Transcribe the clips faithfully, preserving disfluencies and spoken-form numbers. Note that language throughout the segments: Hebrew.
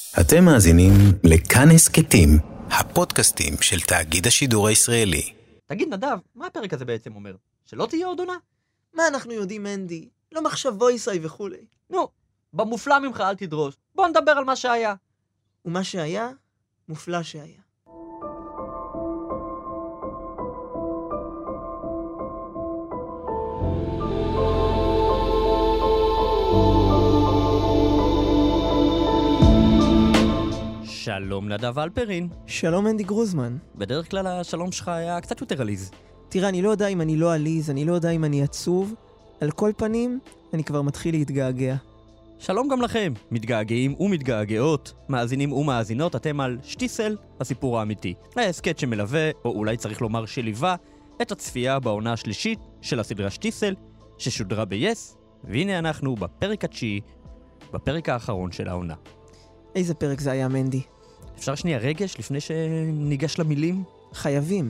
אתם מאזינים לכאן הסכתים, הפודקאסטים של תאגיד השידור הישראלי. תגיד נדב, מה הפרק הזה בעצם אומר? שלא תהיה עוד עונה? מה אנחנו יודעים, מנדי? לא מחשבו ישי וכולי. נו, במופלא ממך אל תדרוש. בוא נדבר על מה שהיה. ומה שהיה, מופלא שהיה. שלום נדב אלפרין. שלום מנדי גרוזמן. בדרך כלל השלום שלך היה קצת יותר עליז. תראה, אני לא יודע אם אני לא עליז, אני לא יודע אם אני עצוב. על כל פנים, אני כבר מתחיל להתגעגע. שלום גם לכם, מתגעגעים ומתגעגעות, מאזינים ומאזינות, אתם על שטיסל, הסיפור האמיתי. ההסכת שמלווה, או אולי צריך לומר שליווה, את הצפייה בעונה השלישית של הסדרה שטיסל, ששודרה ב-יס, והנה אנחנו בפרק התשיעי, בפרק האחרון של העונה. איזה פרק זה היה, מנדי? אפשר שנייה רגש לפני שניגש למילים? חייבים.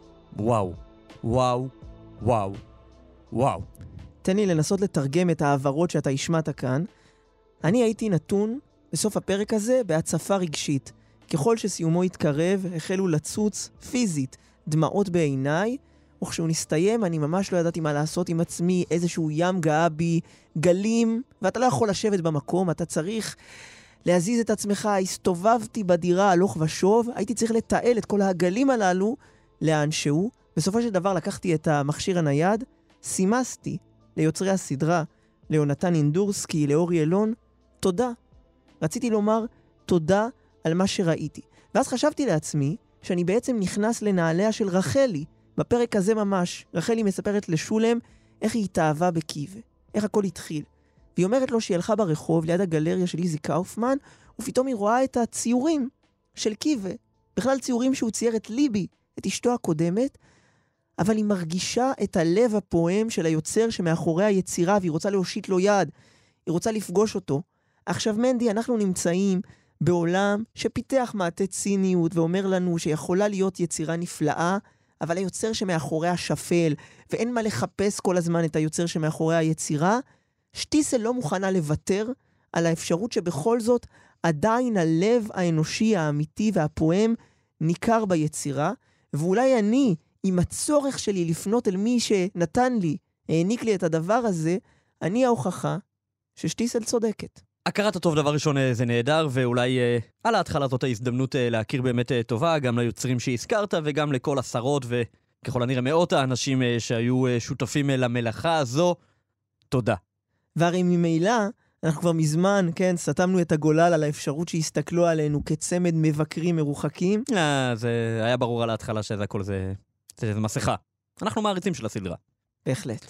וואו, וואו, וואו, וואו. תן לי לנסות לתרגם את העברות שאתה השמעת כאן. אני הייתי נתון בסוף הפרק הזה בהצפה רגשית. ככל שסיומו התקרב, החלו לצוץ פיזית דמעות בעיניי, וכשהוא נסתיים אני ממש לא ידעתי מה לעשות עם עצמי, איזשהו ים גאה בי, גלים, ואתה לא יכול לשבת במקום, אתה צריך להזיז את עצמך. הסתובבתי בדירה הלוך ושוב, הייתי צריך לתעל את כל הגלים הללו לאן שהוא. בסופו של דבר לקחתי את המכשיר הנייד, סימסתי ליוצרי הסדרה, ליונתן אינדורסקי, לאורי אלון, תודה. רציתי לומר תודה על מה שראיתי. ואז חשבתי לעצמי שאני בעצם נכנס לנעליה של רחלי, בפרק הזה ממש. רחלי מספרת לשולם איך היא התאהבה בקיבה, איך הכל התחיל. והיא אומרת לו שהיא הלכה ברחוב ליד הגלריה של איזי קאופמן, ופתאום היא רואה את הציורים של קיבה, בכלל ציורים שהוא צייר את ליבי, את אשתו הקודמת, אבל היא מרגישה את הלב הפועם של היוצר שמאחורי היצירה, והיא רוצה להושיט לו יד, היא רוצה לפגוש אותו. עכשיו מנדי, אנחנו נמצאים בעולם שפיתח מעטה ציניות, ואומר לנו שיכולה להיות יצירה נפלאה, אבל היוצר שמאחורי השפל, ואין מה לחפש כל הזמן את היוצר שמאחורי היצירה. שטיסל לא מוכנה לוותר על האפשרות שבכל זאת עדיין הלב האנושי האמיתי והפועם ניכר ביצירה, ואולי אני, עם הצורך שלי לפנות אל מי שנתן לי, העניק לי את הדבר הזה, אני ההוכחה ששטיסל צודקת. הכרת הטוב דבר ראשון זה נהדר, ואולי אה, על ההתחלה זאת ההזדמנות אה, להכיר באמת אה, טובה, גם ליוצרים שהזכרת וגם לכל עשרות וככל הנראה מאות האנשים אה, שהיו אה, שותפים אה, למלאכה הזו. תודה. והרי ממילא, אנחנו כבר מזמן, כן, סתמנו את הגולל על האפשרות שהסתכלו עלינו כצמד מבקרים מרוחקים. אה, זה היה ברור על ההתחלה שזה הכל זה, זה, זה מסכה. אנחנו מעריצים של הסדרה. בהחלט.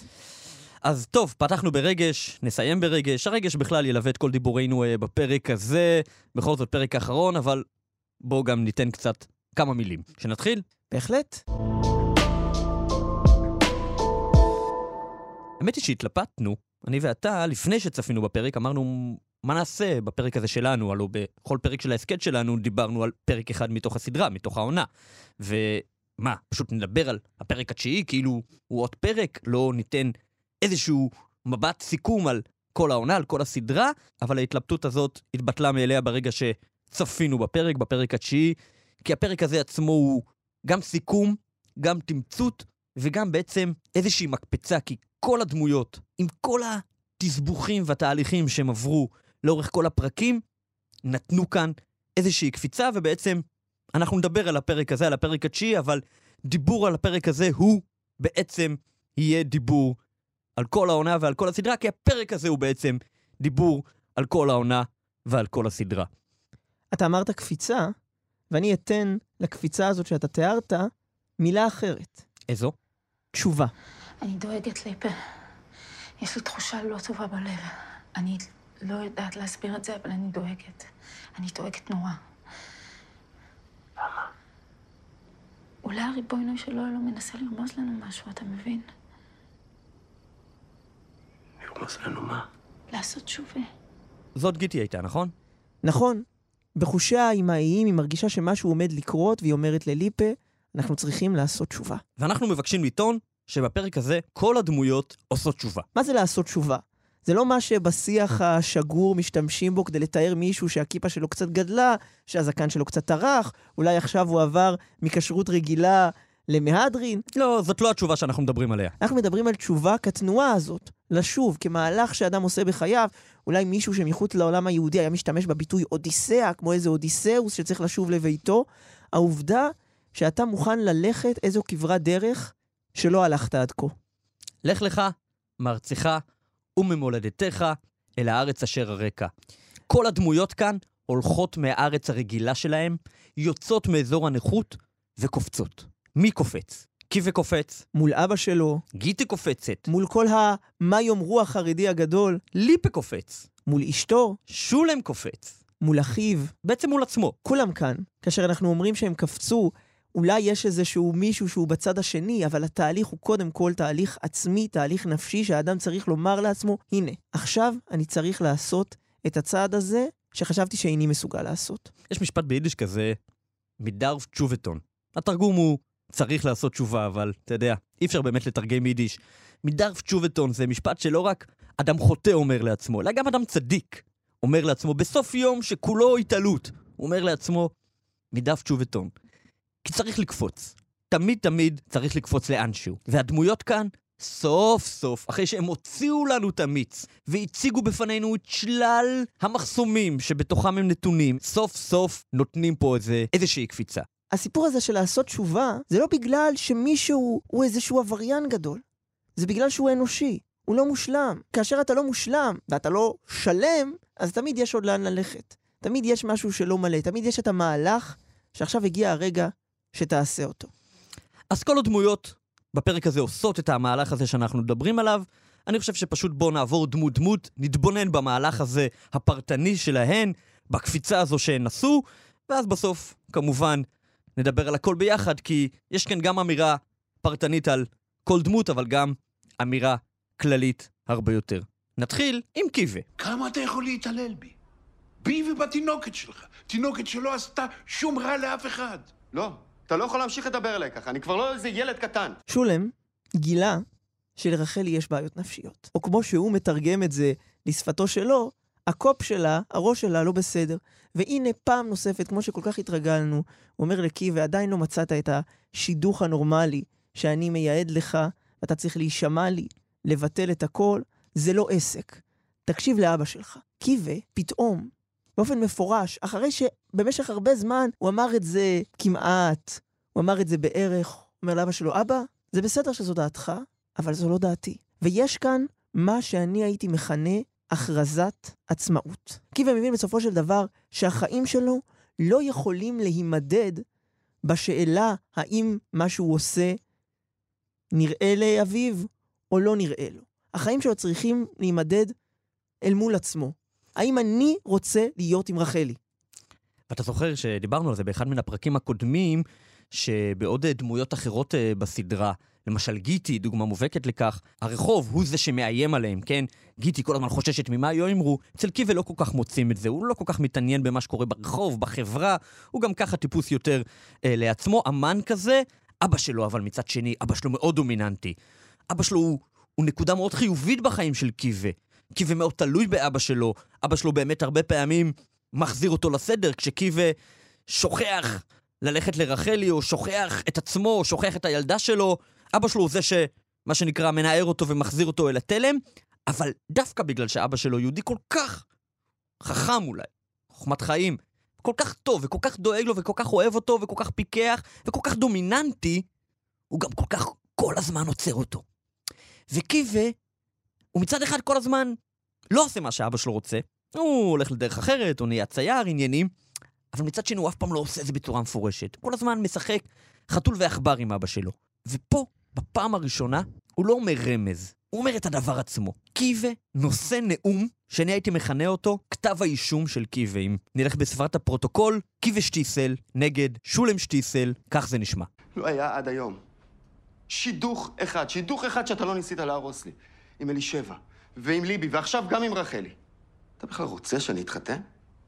אז טוב, פתחנו ברגש, נסיים ברגש. הרגש בכלל ילווה את כל דיבורנו אה, בפרק הזה, בכל זאת פרק האחרון, אבל בואו גם ניתן קצת כמה מילים. שנתחיל? בהחלט. האמת היא שהתלפתנו, אני ואתה, לפני שצפינו בפרק, אמרנו מה נעשה בפרק הזה שלנו, הלוא בכל פרק של ההסקט שלנו דיברנו על פרק אחד מתוך הסדרה, מתוך העונה. ומה, פשוט נדבר על הפרק התשיעי, כאילו הוא עוד פרק, לא ניתן איזשהו מבט סיכום על כל העונה, על כל הסדרה, אבל ההתלבטות הזאת התבטלה מאליה ברגע שצפינו בפרק, בפרק התשיעי, כי הפרק הזה עצמו הוא גם סיכום, גם תמצות, וגם בעצם איזושהי מקפצה, כי כל הדמויות, עם כל התסבוכים והתהליכים שהם עברו לאורך כל הפרקים, נתנו כאן איזושהי קפיצה, ובעצם אנחנו נדבר על הפרק הזה, על הפרק התשיעי, אבל דיבור על הפרק הזה הוא בעצם יהיה דיבור על כל העונה ועל כל הסדרה, כי הפרק הזה הוא בעצם דיבור על כל העונה ועל כל הסדרה. אתה אמרת קפיצה, ואני אתן לקפיצה הזאת שאתה תיארת מילה אחרת. איזו? תשובה. אני דואגת ליפה. יש לי תחושה לא טובה בלב. אני לא יודעת להסביר את זה, אבל אני דואגת. אני דואגת נורא. למה? אולי הריבונו שלו לא מנסה לרמוז לנו משהו, אתה מבין? לרמוז לנו מה? לעשות שובה. זאת גיטי הייתה, נכון? נכון. בחושיה האימהיים היא מרגישה שמשהו עומד לקרות, והיא אומרת לליפה, אנחנו צריכים לעשות תשובה. ואנחנו מבקשים לטעון שבפרק הזה כל הדמויות עושות תשובה. מה זה לעשות תשובה? זה לא מה שבשיח השגור משתמשים בו כדי לתאר מישהו שהכיפה שלו קצת גדלה, שהזקן שלו קצת טרח, אולי עכשיו הוא עבר מכשרות רגילה למהדרין. לא, זאת לא התשובה שאנחנו מדברים עליה. אנחנו מדברים על תשובה כתנועה הזאת, לשוב, כמהלך שאדם עושה בחייו. אולי מישהו שמחוץ לעולם היהודי היה משתמש בביטוי אודיסאה, כמו איזה אודיסאוס שצריך לשוב לביתו. העובדה שאתה מוכן ללכת איזו כברת דרך שלא הלכת עד כה. לך לך, מארצך וממולדתך אל הארץ אשר הרקע. כל הדמויות כאן הולכות מהארץ הרגילה שלהם, יוצאות מאזור הנוחות וקופצות. מי קופץ? קיווה קופץ. מול אבא שלו. גיטי קופצת. מול כל המה יאמרו החרדי הגדול. ליפה קופץ. מול אשתו. שולם קופץ. מול אחיו. בעצם מול עצמו. כולם כאן. כאשר אנחנו אומרים שהם קפצו, אולי יש איזשהו מישהו שהוא בצד השני, אבל התהליך הוא קודם כל תהליך עצמי, תהליך נפשי, שהאדם צריך לומר לעצמו, הנה, עכשיו אני צריך לעשות את הצעד הזה שחשבתי שאיני מסוגל לעשות. יש משפט ביידיש כזה, מדרף תשובתון. התרגום הוא צריך לעשות תשובה, אבל אתה יודע, אי אפשר באמת לתרגם יידיש. מדרף תשובתון זה משפט שלא רק אדם חוטא אומר לעצמו, אלא גם אדם צדיק אומר לעצמו, בסוף יום שכולו התעלות, הוא אומר לעצמו, מדרף תשובתון. כי צריך לקפוץ. תמיד תמיד צריך לקפוץ לאנשהו. והדמויות כאן, סוף סוף, אחרי שהם הוציאו לנו את המיץ, והציגו בפנינו את שלל המחסומים שבתוכם הם נתונים, סוף סוף נותנים פה איזה, איזושהי קפיצה. הסיפור הזה של לעשות תשובה, זה לא בגלל שמישהו הוא איזשהו עבריין גדול. זה בגלל שהוא אנושי. הוא לא מושלם. כאשר אתה לא מושלם, ואתה לא שלם, אז תמיד יש עוד לאן ללכת. תמיד יש משהו שלא מלא. תמיד יש את המהלך שעכשיו הגיע הרגע שתעשה אותו. אז כל הדמויות בפרק הזה עושות את המהלך הזה שאנחנו מדברים עליו. אני חושב שפשוט בוא נעבור דמות דמות, נתבונן במהלך הזה הפרטני שלהן, בקפיצה הזו שהן עשו, ואז בסוף, כמובן, נדבר על הכל ביחד, כי יש כאן גם אמירה פרטנית על כל דמות, אבל גם אמירה כללית הרבה יותר. נתחיל עם קיווה. כמה אתה יכול להתעלל בי? בי ובתינוקת שלך. תינוקת שלא עשתה שום רע לאף אחד. לא, אתה לא יכול להמשיך לדבר אליי ככה, אני כבר לא איזה ילד קטן. שולם גילה שלרחלי יש בעיות נפשיות. או כמו שהוא מתרגם את זה לשפתו שלו, הקופ שלה, הראש שלה לא בסדר. והנה פעם נוספת, כמו שכל כך התרגלנו, הוא אומר לקי, ועדיין לא מצאת את השידוך הנורמלי שאני מייעד לך, ואתה צריך להישמע לי, לבטל את הכל, זה לא עסק. תקשיב לאבא שלך. קיווה, פתאום, באופן מפורש, אחרי שבמשך הרבה זמן הוא אמר את זה כמעט, הוא אמר את זה בערך, הוא אומר לאבא שלו, אבא, זה בסדר שזו דעתך, אבל זו לא דעתי. ויש כאן מה שאני הייתי מכנה הכרזת עצמאות. קיווה מבין בסופו של דבר שהחיים שלו לא יכולים להימדד בשאלה האם מה שהוא עושה נראה לאביו או לא נראה לו. החיים שלו צריכים להימדד אל מול עצמו. האם אני רוצה להיות עם רחלי? ואתה זוכר שדיברנו על זה באחד מן הפרקים הקודמים, שבעוד דמויות אחרות בסדרה, למשל גיטי, דוגמה מובהקת לכך, הרחוב הוא זה שמאיים עליהם, כן? גיטי כל הזמן חוששת ממה יאמרו, אצל קיווה לא כל כך מוצאים את זה, הוא לא כל כך מתעניין במה שקורה ברחוב, בחברה, הוא גם ככה טיפוס יותר אה, לעצמו, אמן כזה, אבא שלו אבל מצד שני, אבא שלו מאוד דומיננטי. אבא שלו הוא, הוא נקודה מאוד חיובית בחיים של קיווה. קיווה מאוד תלוי באבא שלו, אבא שלו באמת הרבה פעמים מחזיר אותו לסדר, כשקיווה שוכח ללכת לרחלי, או שוכח את עצמו, או שוכח את הילדה שלו, אבא שלו הוא זה שמה שנקרא מנער אותו ומחזיר אותו אל התלם, אבל דווקא בגלל שאבא שלו יהודי כל כך חכם אולי, חוכמת חיים, כל כך טוב וכל כך דואג לו וכל כך אוהב אותו וכל כך פיקח וכל כך דומיננטי, הוא גם כל כך כל הזמן עוצר אותו. וקיווה, הוא מצד אחד כל הזמן לא עושה מה שאבא שלו רוצה, הוא הולך לדרך אחרת, הוא נהיה צייר, עניינים, אבל מצד שני הוא אף פעם לא עושה זה בצורה מפורשת. כל הזמן משחק חתול ואחבר עם אבא שלו. ופה, בפעם הראשונה, הוא לא אומר רמז, הוא אומר את הדבר עצמו. קיווה נושא נאום, שאני הייתי מכנה אותו, כתב האישום של קיווה. אם נלך בספרת הפרוטוקול, קיווה שטיסל נגד שולם שטיסל, כך זה נשמע. לא היה עד היום שידוך אחד, שידוך אחד שאתה לא ניסית להרוס לי. עם אלישבע, ועם ליבי, ועכשיו גם עם רחלי. אתה בכלל רוצה שאני אתחתן?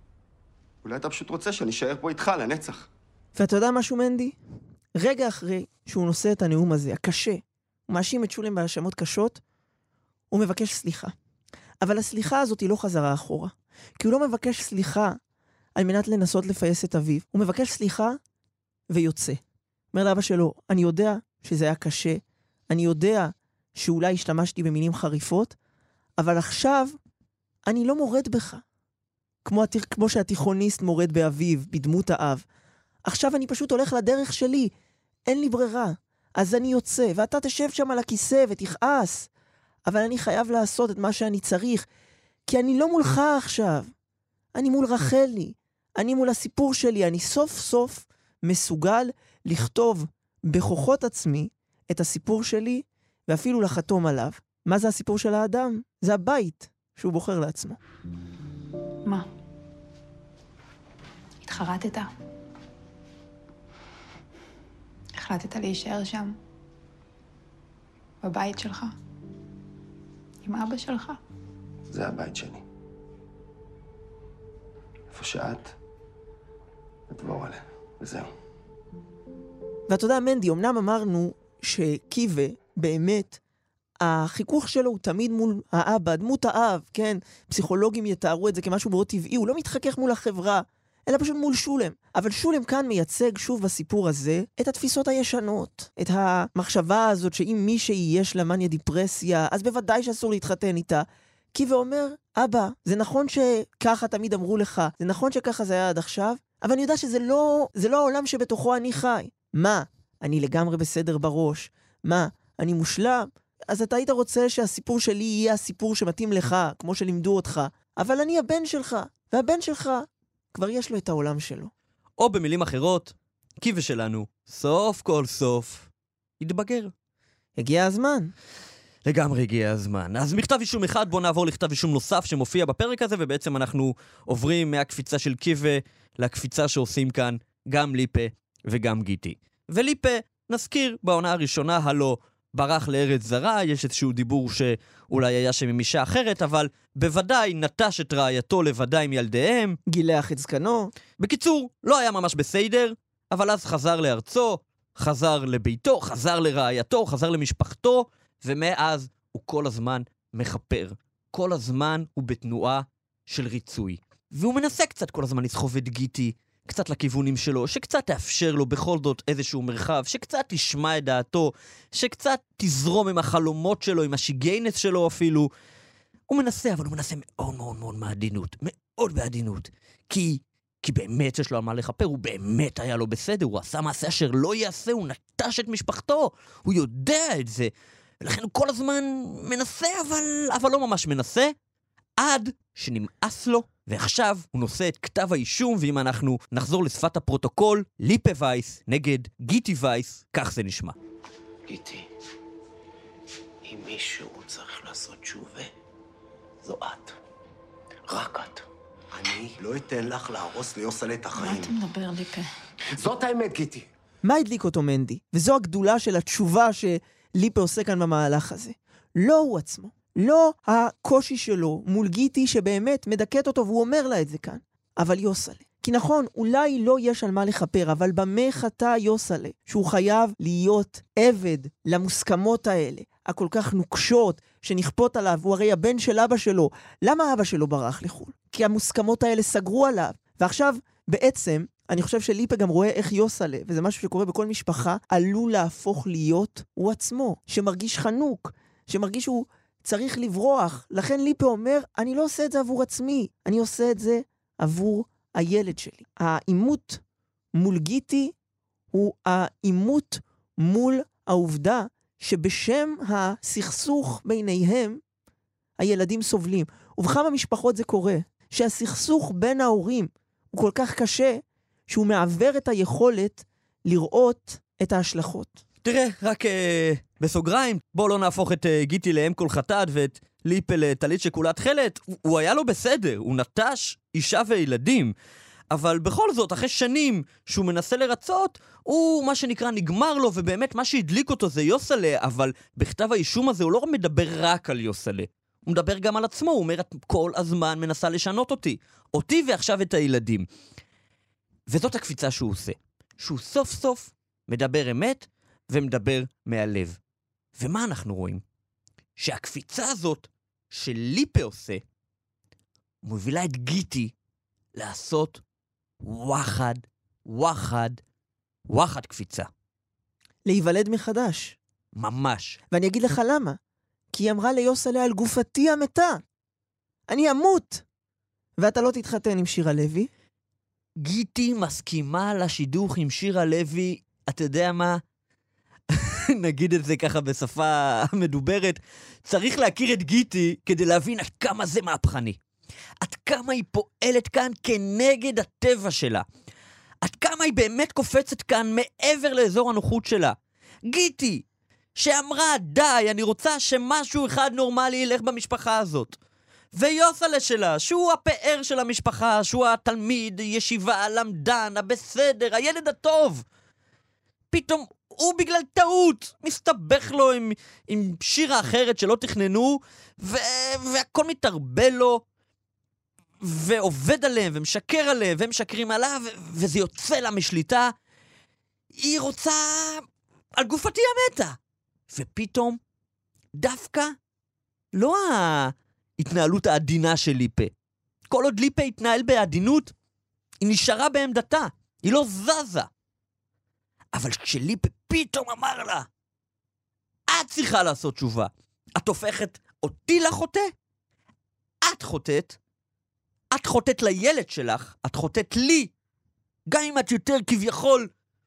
אולי אתה פשוט רוצה שאני אשאר פה איתך לנצח. ואתה יודע משהו, מנדי? רגע אחרי שהוא נושא את הנאום הזה, הקשה, הוא מאשים את שולם בהאשמות קשות, הוא מבקש סליחה. אבל הסליחה הזאת היא לא חזרה אחורה. כי הוא לא מבקש סליחה על מנת לנסות לפייס את אביו. הוא מבקש סליחה ויוצא. אומר לאבא שלו, אני יודע שזה היה קשה, אני יודע שאולי השתמשתי במילים חריפות, אבל עכשיו אני לא מורד בך. כמו, כמו שהתיכוניסט מורד באביו, בדמות האב. עכשיו אני פשוט הולך לדרך שלי, אין לי ברירה. אז אני יוצא, ואתה תשב שם על הכיסא ותכעס. אבל אני חייב לעשות את מה שאני צריך, כי אני לא מולך עכשיו. אני מול רחלי, אני מול הסיפור שלי, אני סוף סוף מסוגל לכתוב בכוחות עצמי את הסיפור שלי, ואפילו לחתום עליו. מה זה הסיפור של האדם? זה הבית שהוא בוחר לעצמו. מה? התחרטת? החלטת להישאר שם? בבית שלך? עם אבא שלך? זה הבית שלי. איפה שאת, נתבור עליה, וזהו. ואתה יודע, מנדי, אמנם אמרנו שקיווה, באמת, החיכוך שלו הוא תמיד מול האבא, דמות האב, כן? פסיכולוגים יתארו את זה כמשהו מאוד טבעי, הוא לא מתחכך מול החברה, אלא פשוט מול שולם. אבל שולם כאן מייצג שוב בסיפור הזה את התפיסות הישנות, את המחשבה הזאת שאם מישהי יש לה מניה דיפרסיה, אז בוודאי שאסור להתחתן איתה. קיווה אומר, אבא, זה נכון שככה תמיד אמרו לך, זה נכון שככה זה היה עד עכשיו, אבל אני יודע שזה לא, זה לא העולם שבתוכו אני חי. מה? אני לגמרי בסדר בראש. מה? אני מושלם? אז אתה היית רוצה שהסיפור שלי יהיה הסיפור שמתאים לך, כמו שלימדו אותך. אבל אני הבן שלך, והבן שלך כבר יש לו את העולם שלו. או במילים אחרות, קיווה שלנו, סוף כל סוף, יתבגר. הגיע הזמן. לגמרי הגיע הזמן. אז מכתב אישום אחד, בוא נעבור לכתב אישום נוסף שמופיע בפרק הזה, ובעצם אנחנו עוברים מהקפיצה של קיווה לקפיצה שעושים כאן גם ליפה וגם גיטי. וליפה, נזכיר, בעונה הראשונה הלא ברח לארץ זרה, יש איזשהו דיבור שאולי היה שם עם אישה אחרת, אבל בוודאי נטש את רעייתו לבדה עם ילדיהם. גילח את זקנו. בקיצור, לא היה ממש בסדר, אבל אז חזר לארצו, חזר לביתו, חזר לרעייתו, חזר למשפחתו, ומאז הוא כל הזמן מחפר. כל הזמן הוא בתנועה של ריצוי. והוא מנסה קצת כל הזמן לסחוב את גיטי, קצת לכיוונים שלו, שקצת תאפשר לו בכל זאת איזשהו מרחב, שקצת תשמע את דעתו, שקצת תזרום עם החלומות שלו, עם השיגיינס שלו אפילו. הוא מנסה, אבל הוא מנסה מאוד מאוד מאוד מעדינות, מאוד בעדינות. כי, כי באמת יש לו על מה לחפר, הוא באמת היה לו בסדר, הוא עשה מעשה אשר לא יעשה, הוא נטש את משפחתו, הוא יודע את זה. ולכן הוא כל הזמן מנסה, אבל, אבל לא ממש מנסה, עד שנמאס לו, ועכשיו הוא נושא את כתב האישום, ואם אנחנו נחזור לשפת הפרוטוקול, ליפה וייס נגד גיטי וייס, כך זה נשמע. גיטי, אם מישהו צריך לעשות תשובה, זו את. רק את. אני לא אתן לך להרוס ליוסלה את מה החיים. אתה מדבר, ליפה? זאת האמת, גיטי. מה הדליק אותו מנדי? וזו הגדולה של התשובה שליפה עושה כאן במהלך הזה. לא הוא עצמו. לא הקושי שלו מול גיטי שבאמת מדכאת אותו, והוא אומר לה את זה כאן. אבל יוסלה. כי נכון, אולי לא יש על מה לחפר, אבל במה חטא יוסלה? שהוא חייב להיות עבד למוסכמות האלה, הכל כך נוקשות, שנכפות עליו, הוא הרי הבן של אבא שלו. למה אבא שלו ברח לחול? כי המוסכמות האלה סגרו עליו. ועכשיו, בעצם, אני חושב שליפה גם רואה איך יוסלה, וזה משהו שקורה בכל משפחה, עלול להפוך להיות הוא עצמו, שמרגיש חנוק, שמרגיש שהוא צריך לברוח. לכן ליפה אומר, אני לא עושה את זה עבור עצמי, אני עושה את זה עבור הילד שלי. העימות מול גיטי הוא העימות מול העובדה שבשם הסכסוך ביניהם הילדים סובלים. ובכמה משפחות זה קורה, שהסכסוך בין ההורים הוא כל כך קשה, שהוא מעבר את היכולת לראות את ההשלכות. תראה, רק אה, בסוגריים, בוא לא נהפוך את אה, גיטי לאם כל חטאת ואת ליפה לטלית שכולה תכלת. הוא, הוא היה לו בסדר, הוא נטש אישה וילדים. אבל בכל זאת, אחרי שנים שהוא מנסה לרצות, הוא מה שנקרא נגמר לו, ובאמת מה שהדליק אותו זה יוסלה, אבל בכתב האישום הזה הוא לא מדבר רק על יוסלה. הוא מדבר גם על עצמו, הוא אומר, את כל הזמן מנסה לשנות אותי. אותי ועכשיו את הילדים. וזאת הקפיצה שהוא עושה. שהוא סוף סוף מדבר אמת ומדבר מהלב. ומה אנחנו רואים? שהקפיצה הזאת שליפה עושה, מובילה את גיטי לעשות וואחד, וואחד, וואחד קפיצה. להיוולד מחדש. ממש. ואני אגיד לך למה. כי היא אמרה ליוסלה על גופתי המתה. אני אמות. ואתה לא תתחתן עם שירה לוי. גיטי מסכימה לשידוך עם שירה לוי, אתה יודע מה? נגיד את זה ככה בשפה מדוברת, צריך להכיר את גיטי כדי להבין עד כמה זה מהפכני. עד כמה היא פועלת כאן כנגד הטבע שלה. עד כמה היא באמת קופצת כאן מעבר לאזור הנוחות שלה. גיטי, שאמרה, די, אני רוצה שמשהו אחד נורמלי ילך במשפחה הזאת. ויוסלה שלה, שהוא הפאר של המשפחה, שהוא התלמיד, ישיבה, למדן, הבסדר, הילד הטוב. פתאום הוא בגלל טעות מסתבך לו עם, עם שירה אחרת שלא תכננו, ו- והכל מתרבה לו, ועובד עליהם, ומשקר עליהם, והם משקרים עליו, ו- וזה יוצא לה משליטה. היא רוצה על גופתי המתה. ופתאום, דווקא, לא ההתנהלות העדינה של ליפה. כל עוד ליפה התנהל בעדינות, היא נשארה בעמדתה, היא לא זזה. אבל כשליפה פתאום אמר לה, את צריכה לעשות תשובה. את הופכת אותי לחוטא? את חוטאת? את חוטאת לילד שלך, את חוטאת לי. גם אם את יותר כביכול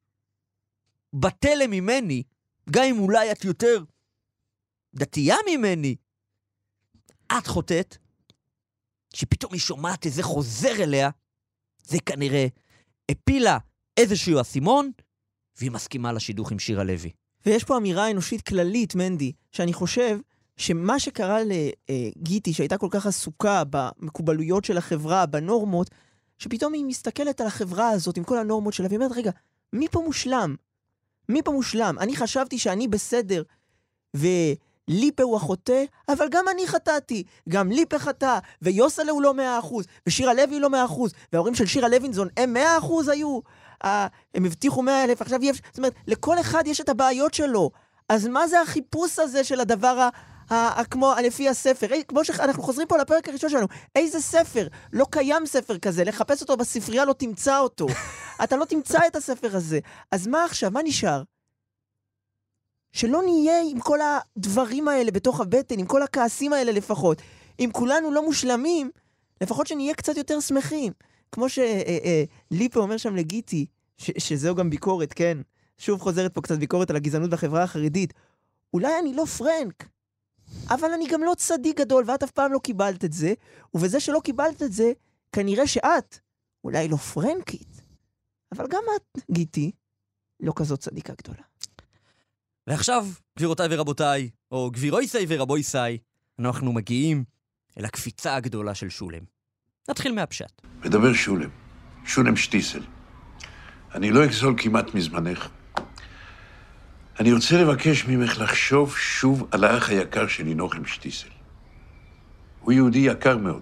בתלם ממני, גם אם אולי את יותר דתייה ממני, את חוטאת, שפתאום היא שומעת איזה חוזר אליה, זה כנראה הפילה איזשהו אסימון, והיא מסכימה לשידוך עם שירה לוי. ויש פה אמירה אנושית כללית, מנדי, שאני חושב שמה שקרה לגיטי, שהייתה כל כך עסוקה במקובלויות של החברה, בנורמות, שפתאום היא מסתכלת על החברה הזאת עם כל הנורמות שלה, והיא אומרת, רגע, מי פה מושלם? מי פה מושלם? אני חשבתי שאני בסדר, וליפה הוא החוטא, אבל גם אני חטאתי. גם ליפה חטא, ויוסלה הוא לא מאה אחוז, ושירה לוי לא מאה אחוז, וההורים של שירה לוינזון הם מאה אחוז היו. הם הבטיחו מאה אלף, עכשיו יש, זאת אומרת, לכל אחד יש את הבעיות שלו. אז מה זה החיפוש הזה של הדבר ה... כמו לפי הספר, כמו שאנחנו חוזרים פה לפרק הראשון שלנו, איזה ספר? לא קיים ספר כזה, לחפש אותו בספרייה לא תמצא אותו. אתה לא תמצא את הספר הזה. אז מה עכשיו? מה נשאר? שלא נהיה עם כל הדברים האלה בתוך הבטן, עם כל הכעסים האלה לפחות. אם כולנו לא מושלמים, לפחות שנהיה קצת יותר שמחים. כמו שליפה אומר שם לגיטי, שזהו גם ביקורת, כן? שוב חוזרת פה קצת ביקורת על הגזענות בחברה החרדית. אולי אני לא פרנק, אבל אני גם לא צדיק גדול, ואת אף פעם לא קיבלת את זה, ובזה שלא קיבלת את זה, כנראה שאת אולי לא פרנקית, אבל גם את, גיטי, לא כזאת צדיקה גדולה. ועכשיו, גבירותיי ורבותיי, או גבירויסי ורבויסי, אנחנו מגיעים אל הקפיצה הגדולה של שולם. נתחיל מהפשט. מדבר שולם, שולם שטיסל. אני לא אגזול כמעט מזמנך. אני רוצה לבקש ממך לחשוב שוב על האח היקר שלי, נוחם שטיסל. הוא יהודי יקר מאוד.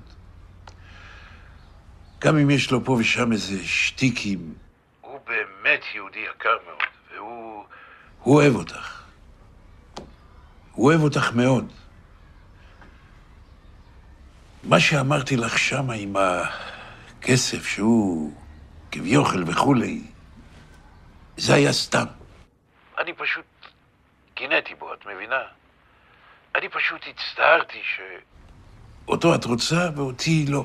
גם אם יש לו פה ושם איזה שטיקים, הוא באמת יהודי יקר מאוד, והוא הוא אוהב אותך. הוא אוהב אותך מאוד. מה שאמרתי לך שם עם הכסף שהוא כביוכל וכולי, זה היה סתם. אני פשוט קינאתי בו, את מבינה? אני פשוט הצטערתי ש... אותו את רוצה ואותי לא.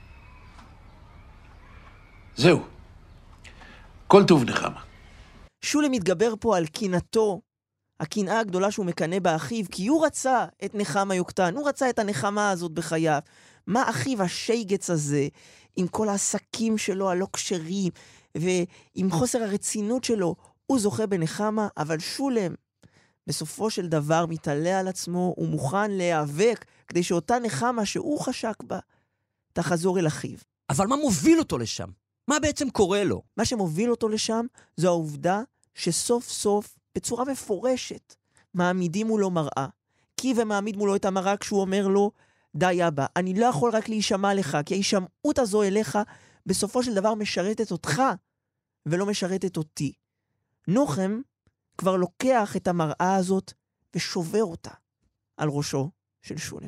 זהו. כל טוב נחמה. שולם מתגבר פה על קינאתו, הקנאה הגדולה שהוא מקנה באחיו, כי הוא רצה את נחמה יוקטן, הוא רצה את הנחמה הזאת בחייו. מה אחיו השייגץ הזה, עם כל העסקים שלו הלא כשרים, ועם חוסר הרצינות שלו, הוא זוכה בנחמה, אבל שולם, בסופו של דבר, מתעלה על עצמו, הוא מוכן להיאבק, כדי שאותה נחמה שהוא חשק בה, תחזור אל אחיו. אבל מה מוביל אותו לשם? מה בעצם קורה לו? מה שמוביל אותו לשם, זו העובדה שסוף סוף, בצורה מפורשת, מעמידים מולו מראה. כי ומעמיד מולו את המראה כשהוא אומר לו, די אבא, אני לא יכול רק להישמע לך, כי ההישמעות הזו אליך, בסופו של דבר משרתת אותך, ולא משרתת אותי. נוחם כבר לוקח את המראה הזאת, ושובר אותה על ראשו של שולם.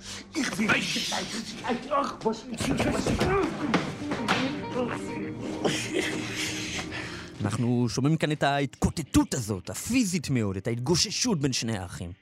אנחנו שומעים כאן את ההתקוטטות הזאת, הפיזית מאוד, את ההתגוששות בין שני האחים.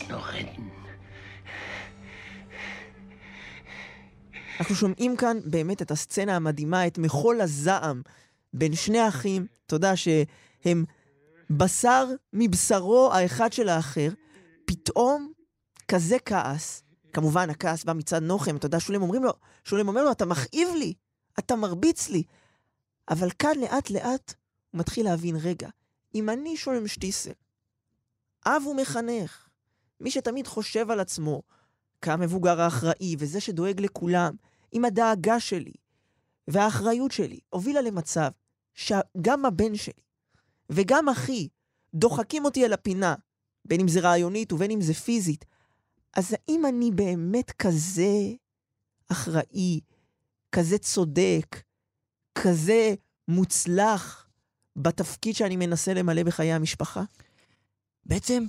אנחנו שומעים כאן באמת את הסצנה המדהימה, את מחול הזעם בין שני האחים. אתה יודע שהם בשר מבשרו האחד של האחר, פתאום כזה כעס, כמובן הכעס בא מצד נוחם, אתה יודע, שולם אומרים לו, שולם אומר לו, אתה מכאיב לי, אתה מרביץ לי. אבל כאן לאט לאט הוא מתחיל להבין, רגע, אם אני שולם שטיסל, אב ומחנך, מי שתמיד חושב על עצמו, כמבוגר האחראי, וזה שדואג לכולם, עם הדאגה שלי, והאחריות שלי, הובילה למצב, שגם הבן שלי, וגם אחי, דוחקים אותי על הפינה, בין אם זה רעיונית ובין אם זה פיזית, אז האם אני באמת כזה אחראי, כזה צודק, כזה מוצלח בתפקיד שאני מנסה למלא בחיי המשפחה? בעצם,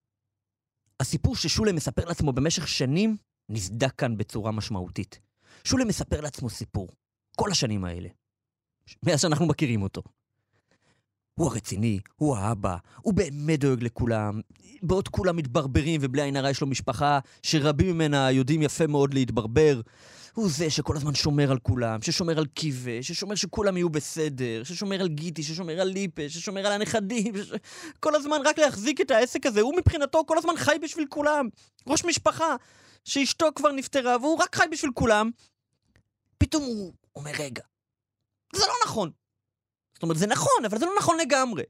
הסיפור ששולם מספר לעצמו במשך שנים נסדק כאן בצורה משמעותית. שולם מספר לעצמו סיפור, כל השנים האלה, מאז שאנחנו מכירים אותו. הוא הרציני, הוא האבא, הוא באמת דואג לכולם, בעוד כולם מתברברים ובלי עין הרע יש לו משפחה שרבים ממנה יודעים יפה מאוד להתברבר. הוא זה שכל הזמן שומר על כולם, ששומר על קיבה, ששומר שכולם יהיו בסדר, ששומר על גיטי, ששומר על ליפה, ששומר על הנכדים, ש... כל הזמן רק להחזיק את העסק הזה. הוא מבחינתו כל הזמן חי בשביל כולם. ראש משפחה שאשתו כבר נפטרה והוא רק חי בשביל כולם. פתאום הוא אומר, רגע, זה לא נכון. זאת אומרת, זה נכון, אבל זה לא נכון לגמרי.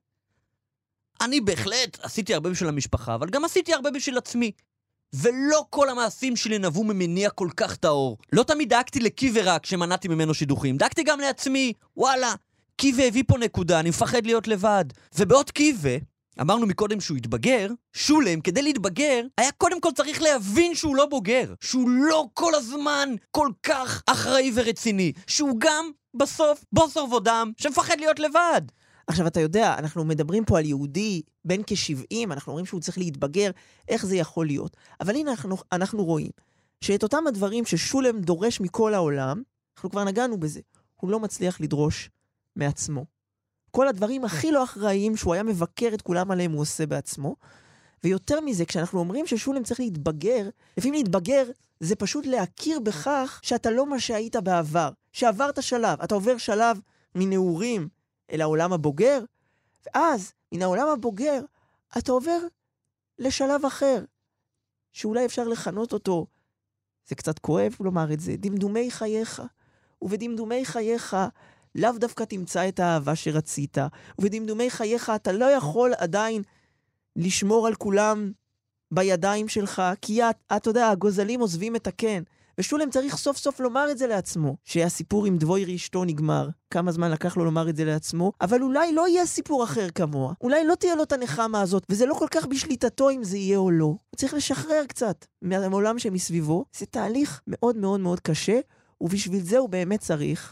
אני בהחלט עשיתי הרבה בשביל המשפחה, אבל גם עשיתי הרבה בשביל עצמי. ולא כל המעשים שלי נבעו ממניע כל כך טהור. לא תמיד דאגתי לקיבה רק שמנעתי ממנו שידוכים. דאגתי גם לעצמי. וואלה, קיבה הביא פה נקודה, אני מפחד להיות לבד. ובעוד קיבה, אמרנו מקודם שהוא התבגר, שולם, כדי להתבגר, היה קודם כל צריך להבין שהוא לא בוגר. שהוא לא כל הזמן כל כך אחראי ורציני. שהוא גם בסוף בוסר ודם שמפחד להיות לבד. עכשיו, אתה יודע, אנחנו מדברים פה על יהודי בן כ-שבעים, אנחנו אומרים שהוא צריך להתבגר, איך זה יכול להיות? אבל הנה אנחנו, אנחנו רואים שאת אותם הדברים ששולם דורש מכל העולם, אנחנו כבר נגענו בזה, הוא לא מצליח לדרוש מעצמו. כל הדברים הכי לא אחראיים שהוא היה מבקר את כולם עליהם הוא עושה בעצמו, ויותר מזה, כשאנחנו אומרים ששולם צריך להתבגר, לפעמים להתבגר זה פשוט להכיר בכך שאתה לא מה שהיית בעבר, שעברת שלב, אתה עובר שלב מנעורים, אל העולם הבוגר, ואז, מן העולם הבוגר, אתה עובר לשלב אחר, שאולי אפשר לכנות אותו, זה קצת כואב לומר את זה, דמדומי חייך, ובדמדומי חייך, לאו דווקא תמצא את האהבה שרצית, ובדמדומי חייך אתה לא יכול עדיין לשמור על כולם בידיים שלך, כי אתה יודע, הגוזלים עוזבים את הקן, ושולם צריך סוף סוף לומר את זה לעצמו, שהסיפור עם דבויר אשתו נגמר, כמה זמן לקח לו לומר את זה לעצמו, אבל אולי לא יהיה סיפור אחר כמוה, אולי לא תהיה לו את הנחמה הזאת, וזה לא כל כך בשליטתו אם זה יהיה או לא. הוא צריך לשחרר קצת מהעולם שמסביבו, זה תהליך מאוד מאוד מאוד קשה, ובשביל זה הוא באמת צריך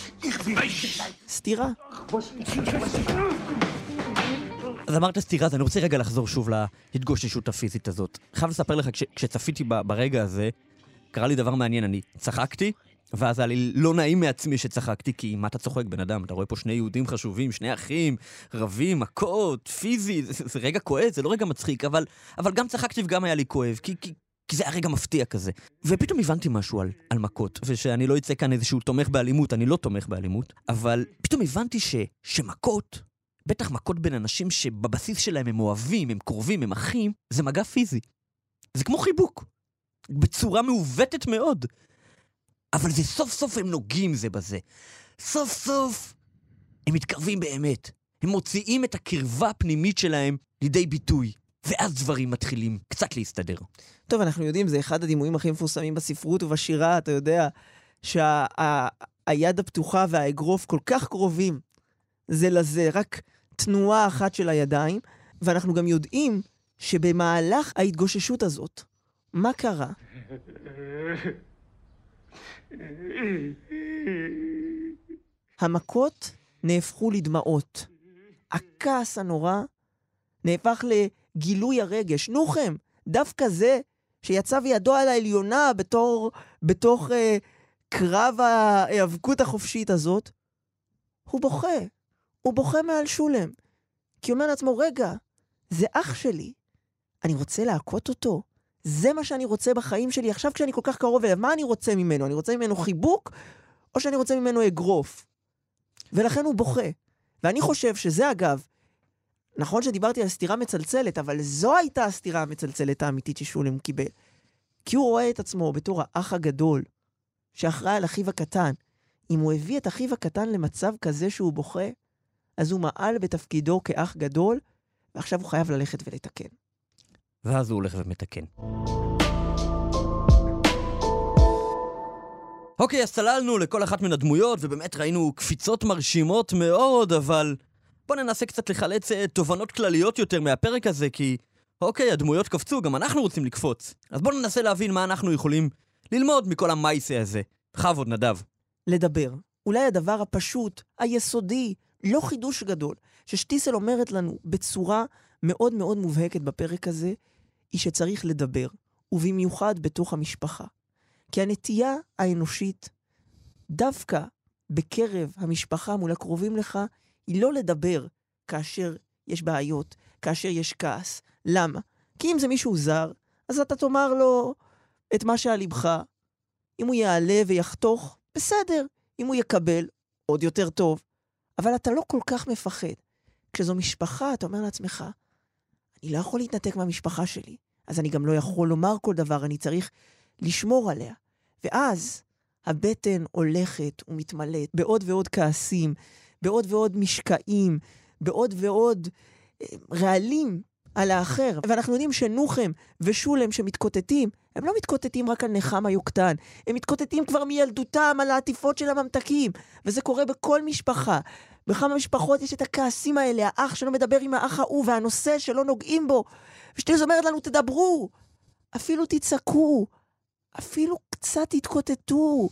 סתירה. אז אמרת סתירה, אז אני רוצה רגע לחזור שוב להתגוששות הפיזית הזאת. חייב לספר לך, כש, כשצפיתי ברגע הזה, קרה לי דבר מעניין, אני צחקתי, ואז היה לי לא נעים מעצמי שצחקתי, כי מה אתה צוחק בן אדם? אתה רואה פה שני יהודים חשובים, שני אחים, רבים, מכות, פיזי, זה, זה רגע כואב, זה לא רגע מצחיק, אבל, אבל גם צחקתי וגם היה לי כואב, כי, כי, כי זה היה רגע מפתיע כזה. ופתאום הבנתי משהו על, על מכות, ושאני לא אצא כאן איזשהו תומך באלימות, אני לא תומך באלימות, אבל פתאום הבנתי ש, שמכות, בטח מכות בין אנשים שבבסיס שלהם הם אוהבים, הם קרובים, הם אחים, זה מגע פיזי. זה כמו חיבוק. בצורה מעוותת מאוד. אבל זה סוף סוף הם נוגעים זה בזה. סוף סוף הם מתקרבים באמת. הם מוציאים את הקרבה הפנימית שלהם לידי ביטוי. ואז דברים מתחילים קצת להסתדר. טוב, אנחנו יודעים, זה אחד הדימויים הכי מפורסמים בספרות ובשירה, אתה יודע, שהיד הפתוחה והאגרוף כל כך קרובים זה לזה, רק תנועה אחת של הידיים, ואנחנו גם יודעים שבמהלך ההתגוששות הזאת, מה קרה? המכות נהפכו לדמעות. הכעס הנורא נהפך לגילוי הרגש. נוחם, דווקא זה שיצא וידו על העליונה בתור, בתוך אה, קרב ההיאבקות החופשית הזאת, הוא בוכה. הוא בוכה מעל שולם. כי הוא אומר לעצמו, רגע, זה אח שלי. אני רוצה להכות אותו. זה מה שאני רוצה בחיים שלי. עכשיו כשאני כל כך קרוב אליו, מה אני רוצה ממנו? אני רוצה ממנו חיבוק, או שאני רוצה ממנו אגרוף? ולכן הוא בוכה. ואני חושב שזה אגב, נכון שדיברתי על סתירה מצלצלת, אבל זו הייתה הסתירה המצלצלת האמיתית ששולם קיבל. כי הוא רואה את עצמו בתור האח הגדול, שאחראי על אחיו הקטן. אם הוא הביא את אחיו הקטן למצב כזה שהוא בוכה, אז הוא מעל בתפקידו כאח גדול, ועכשיו הוא חייב ללכת ולתקן. ואז הוא הולך ומתקן. אוקיי, אז צללנו לכל אחת מן הדמויות, ובאמת ראינו קפיצות מרשימות מאוד, אבל בואו ננסה קצת לחלץ תובנות כלליות יותר מהפרק הזה, כי אוקיי, הדמויות קפצו, גם אנחנו רוצים לקפוץ. אז בואו ננסה להבין מה אנחנו יכולים ללמוד מכל המייסה הזה. חבוד, נדב. לדבר. אולי הדבר הפשוט, היסודי, לא חידוש גדול, ששטיסל אומרת לנו בצורה מאוד מאוד מובהקת בפרק הזה, היא שצריך לדבר, ובמיוחד בתוך המשפחה. כי הנטייה האנושית, דווקא בקרב המשפחה מול הקרובים לך, היא לא לדבר כאשר יש בעיות, כאשר יש כעס. למה? כי אם זה מישהו זר, אז אתה תאמר לו את מה שעל ליבך. אם הוא יעלה ויחתוך, בסדר. אם הוא יקבל, עוד יותר טוב. אבל אתה לא כל כך מפחד. כשזו משפחה, אתה אומר לעצמך, אני לא יכול להתנתק מהמשפחה שלי, אז אני גם לא יכול לומר כל דבר, אני צריך לשמור עליה. ואז הבטן הולכת ומתמלאת בעוד ועוד כעסים, בעוד ועוד משקעים, בעוד ועוד אה, רעלים על האחר. ואנחנו יודעים שנוחם ושולם שמתקוטטים, הם לא מתקוטטים רק על נחמה יוקטן, הם מתקוטטים כבר מילדותם על העטיפות של הממתקים, וזה קורה בכל משפחה. בכמה משפחות יש את הכעסים האלה, האח שלא מדבר עם האח ההוא, והנושא שלא נוגעים בו. ושטיסל אומרת לנו, תדברו, אפילו תצעקו, אפילו קצת תתקוטטו,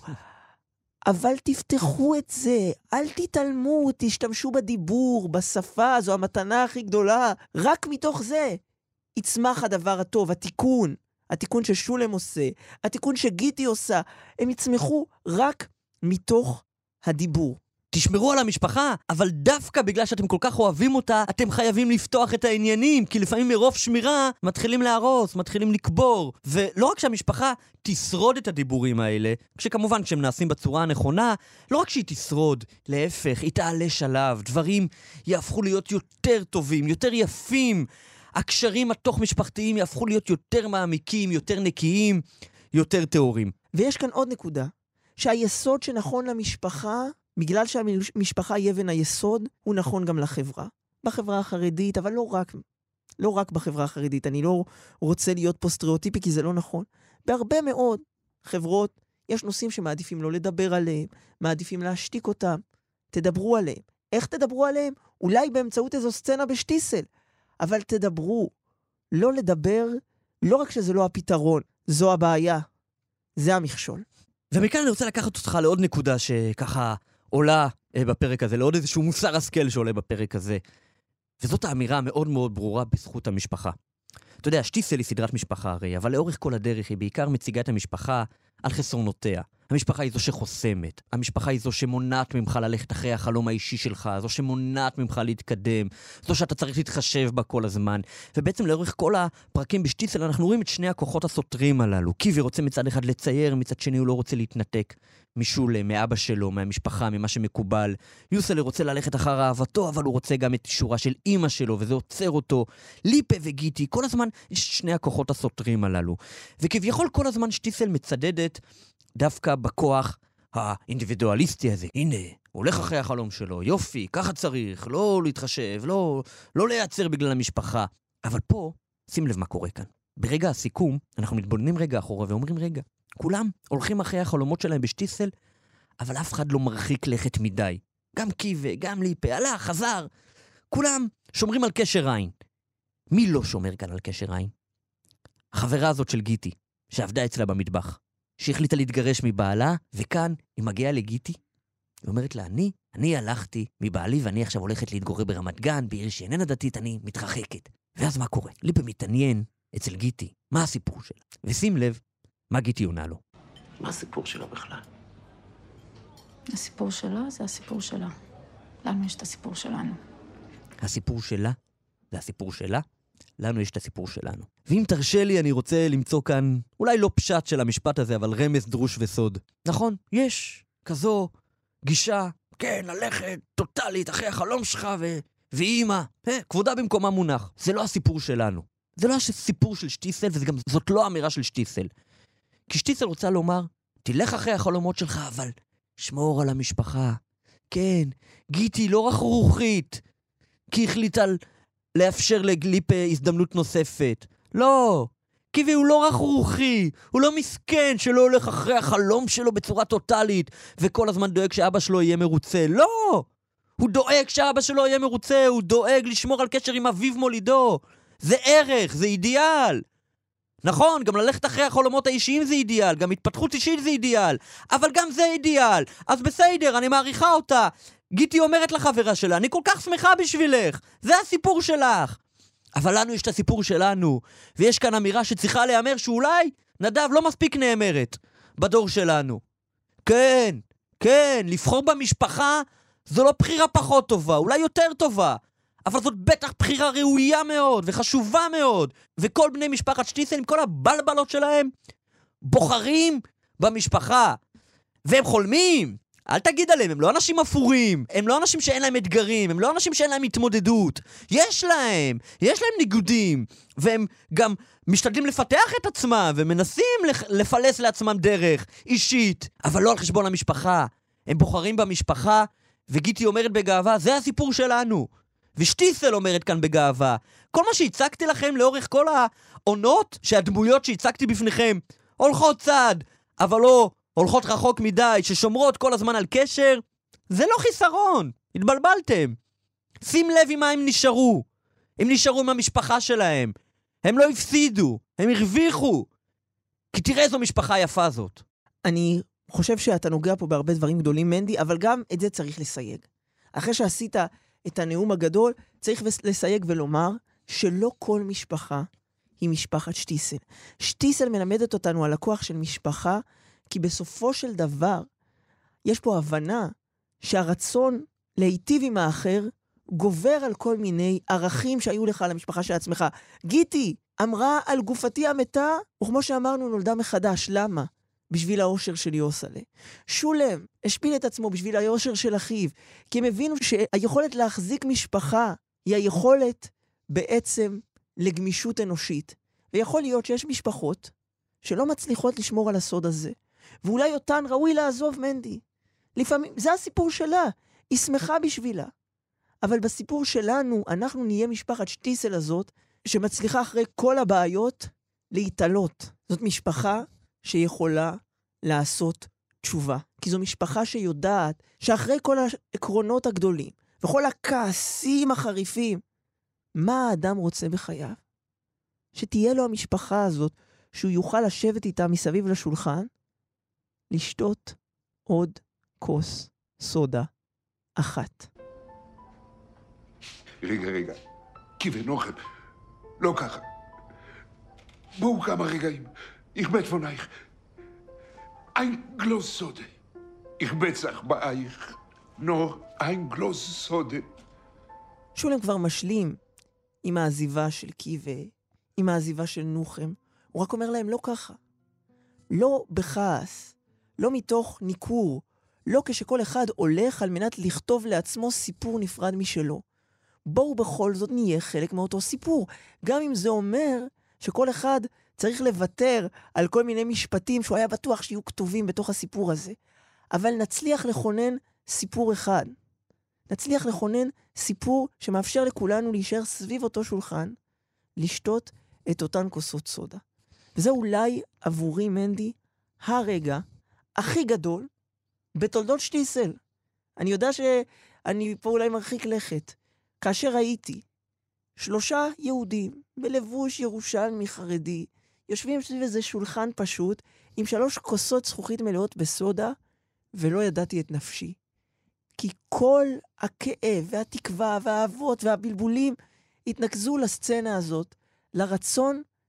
אבל תפתחו את זה, אל תתעלמו, תשתמשו בדיבור, בשפה, זו המתנה הכי גדולה. רק מתוך זה יצמח הדבר הטוב, התיקון, התיקון ששולם עושה, התיקון שגיטי עושה, הם יצמחו רק מתוך הדיבור. תשמרו על המשפחה, אבל דווקא בגלל שאתם כל כך אוהבים אותה, אתם חייבים לפתוח את העניינים, כי לפעמים מרוב שמירה מתחילים להרוס, מתחילים לקבור. ולא רק שהמשפחה תשרוד את הדיבורים האלה, כשכמובן כשהם נעשים בצורה הנכונה, לא רק שהיא תשרוד, להפך, היא תעלה שלב, דברים יהפכו להיות יותר טובים, יותר יפים, הקשרים התוך משפחתיים יהפכו להיות יותר מעמיקים, יותר נקיים, יותר טהורים. ויש כאן עוד נקודה, שהיסוד שנכון למשפחה, בגלל שהמשפחה היא אבן היסוד, הוא נכון גם לחברה. בחברה החרדית, אבל לא רק, לא רק בחברה החרדית. אני לא רוצה להיות פה סטריאוטיפי, כי זה לא נכון. בהרבה מאוד חברות, יש נושאים שמעדיפים לא לדבר עליהם, מעדיפים להשתיק אותם. תדברו עליהם. איך תדברו עליהם? אולי באמצעות איזו סצנה בשטיסל. אבל תדברו. לא לדבר, לא רק שזה לא הפתרון, זו הבעיה. זה המכשול. ומכאן אני רוצה לקחת אותך לעוד נקודה שככה עולה בפרק הזה, לעוד איזשהו מוסר השכל שעולה בפרק הזה. וזאת האמירה המאוד מאוד ברורה בזכות המשפחה. אתה יודע, שטיסל היא סדרת משפחה הרי, אבל לאורך כל הדרך היא בעיקר מציגה את המשפחה על חסרונותיה. המשפחה היא זו שחוסמת, המשפחה היא זו שמונעת ממך ללכת אחרי החלום האישי שלך, זו שמונעת ממך להתקדם, זו שאתה צריך להתחשב בה כל הזמן. ובעצם לאורך כל הפרקים בשטיסל אנחנו רואים את שני הכוחות הסותרים הללו. קיבי רוצה מצד אחד לצייר, מצד שני הוא לא רוצה להתנתק משולם, מאבא שלו, מהמשפחה, ממה שמקובל. יוסלה רוצה ללכת אחר אהבתו, אבל הוא רוצה גם את אישורה של אמא שלו, וזה עוצר אותו. ליפה וגיטי, כל הזמן יש שני הכוחות הסותרים הללו. וכביכול כל הזמן שטיסל מצדדת דווקא בכוח האינדיבידואליסטי הזה. הנה, הוא הולך אחרי החלום שלו, יופי, ככה צריך, לא להתחשב, לא, לא לייצר בגלל המשפחה. אבל פה, שים לב מה קורה כאן. ברגע הסיכום, אנחנו מתבוננים רגע אחורה ואומרים רגע, כולם הולכים אחרי החלומות שלהם בשטיסל, אבל אף אחד לא מרחיק לכת מדי. גם קיבה, גם ליפה, הלך, חזר. כולם שומרים על קשר עין. מי לא שומר כאן על קשר עין? החברה הזאת של גיטי, שעבדה אצלה במטבח, שהחליטה להתגרש מבעלה, וכאן היא מגיעה לגיטי. היא אומרת לה, אני, אני הלכתי מבעלי, ואני עכשיו הולכת להתגורר ברמת גן, בעיר שאיננה דתית, אני מתרחקת. ואז מה קורה? ליפה מתעניין אצל גיטי, מה הסיפור שלה? ושים לב, מה גיטי עונה לו. מה הסיפור שלה בכלל? הסיפור שלה זה הסיפור שלה. לנו יש את הסיפור שלנו. הסיפור שלה זה הסיפור שלה, לנו יש את הסיפור שלנו. ואם תרשה לי, אני רוצה למצוא כאן, אולי לא פשט של המשפט הזה, אבל רמז, דרוש וסוד. נכון, יש כזו גישה, כן, ללכת טוטלית אחרי החלום שלך ו... ואימא, אה, כבודה במקומה מונח. זה לא הסיפור שלנו. זה לא הסיפור של שטיסל, וזאת לא אמירה של שטיסל. כי שטיסל רוצה לומר, תלך אחרי החלומות שלך, אבל שמור על המשפחה. כן, גיטי לא רק רוחית, כי החליט על לאפשר לגליפ הזדמנות נוספת. לא, כי הוא לא רק רוחי, הוא לא מסכן שלא הולך אחרי החלום שלו בצורה טוטלית, וכל הזמן דואג שאבא שלו יהיה מרוצה. לא! הוא דואג שאבא שלו יהיה מרוצה, הוא דואג לשמור על קשר עם אביו מולידו. זה ערך, זה אידיאל. נכון, גם ללכת אחרי החלומות האישיים זה אידיאל, גם התפתחות אישית זה אידיאל, אבל גם זה אידיאל. אז בסדר, אני מעריכה אותה. גיטי אומרת לחברה שלה, אני כל כך שמחה בשבילך, זה הסיפור שלך. אבל לנו יש את הסיפור שלנו, ויש כאן אמירה שצריכה להיאמר שאולי נדב לא מספיק נאמרת בדור שלנו. כן, כן, לבחור במשפחה זו לא בחירה פחות טובה, אולי יותר טובה, אבל זאת בטח בחירה ראויה מאוד וחשובה מאוד, וכל בני משפחת שטיסל עם כל הבלבלות שלהם בוחרים במשפחה, והם חולמים. אל תגיד עליהם, הם לא אנשים אפורים, הם לא אנשים שאין להם אתגרים, הם לא אנשים שאין להם התמודדות. יש להם, יש להם ניגודים, והם גם משתדלים לפתח את עצמם, ומנסים לפלס לעצמם דרך אישית, אבל לא על חשבון המשפחה. הם בוחרים במשפחה, וגיטי אומרת בגאווה, זה הסיפור שלנו. ושטיסל אומרת כאן בגאווה, כל מה שהצגתי לכם לאורך כל העונות, שהדמויות שהצגתי בפניכם, הולכות צעד, אבל לא הולכות רחוק מדי, ששומרות כל הזמן על קשר, זה לא חיסרון, התבלבלתם. שים לב עם מה הם נשארו. הם נשארו עם המשפחה שלהם. הם לא הפסידו, הם הרוויחו. כי תראה איזו משפחה יפה זאת. אני חושב שאתה נוגע פה בהרבה דברים גדולים, מנדי, אבל גם את זה צריך לסייג. אחרי שעשית את הנאום הגדול, צריך לסייג ולומר שלא כל משפחה היא משפחת שטיסל. שטיסל מלמדת אותנו על הכוח של משפחה, כי בסופו של דבר יש פה הבנה שהרצון להיטיב עם האחר גובר על כל מיני ערכים שהיו לך למשפחה של עצמך. גיטי אמרה על גופתי המתה, וכמו שאמרנו נולדה מחדש. למה? בשביל האושר של יוסלה. שולם השפיל את עצמו בשביל האושר של אחיו, כי הם הבינו שהיכולת להחזיק משפחה היא היכולת בעצם לגמישות אנושית. ויכול להיות שיש משפחות שלא מצליחות לשמור על הסוד הזה. ואולי אותן ראוי לעזוב, מנדי. לפעמים, זה הסיפור שלה. היא שמחה בשבילה. אבל בסיפור שלנו, אנחנו נהיה משפחת שטיסל הזאת, שמצליחה אחרי כל הבעיות להתעלות. זאת משפחה שיכולה לעשות תשובה. כי זו משפחה שיודעת שאחרי כל העקרונות הגדולים, וכל הכעסים החריפים, מה האדם רוצה בחייו? שתהיה לו המשפחה הזאת, שהוא יוכל לשבת איתה מסביב לשולחן, לשתות עוד כוס סודה אחת. רגע, רגע. כיוונוכם. לא ככה. בואו כמה רגעים. Ich bet von euch. Ein Glas Sode. Ich בצח באייך. nur ein Glas Sode. שולם כבר משלים עם העזיבה של קיווה, עם העזיבה של נוחם. הוא רק אומר להם לא ככה. לא בכעס, לא מתוך ניכור, לא כשכל אחד הולך על מנת לכתוב לעצמו סיפור נפרד משלו. בואו בכל זאת נהיה חלק מאותו סיפור, גם אם זה אומר שכל אחד צריך לוותר על כל מיני משפטים שהוא היה בטוח שיהיו כתובים בתוך הסיפור הזה. אבל נצליח לכונן סיפור אחד. נצליח לכונן סיפור שמאפשר לכולנו להישאר סביב אותו שולחן, לשתות את אותן כוסות סודה. וזה אולי עבורי, מנדי, הרגע הכי גדול בתולדות שטיסל. אני יודע שאני פה אולי מרחיק לכת. כאשר הייתי שלושה יהודים בלבוש ירושלמי חרדי, יושבים סביב איזה שולחן פשוט, עם שלוש כוסות זכוכית מלאות בסודה, ולא ידעתי את נפשי. כי כל הכאב והתקווה והאהבות והבלבולים התנקזו לסצנה הזאת, לרצון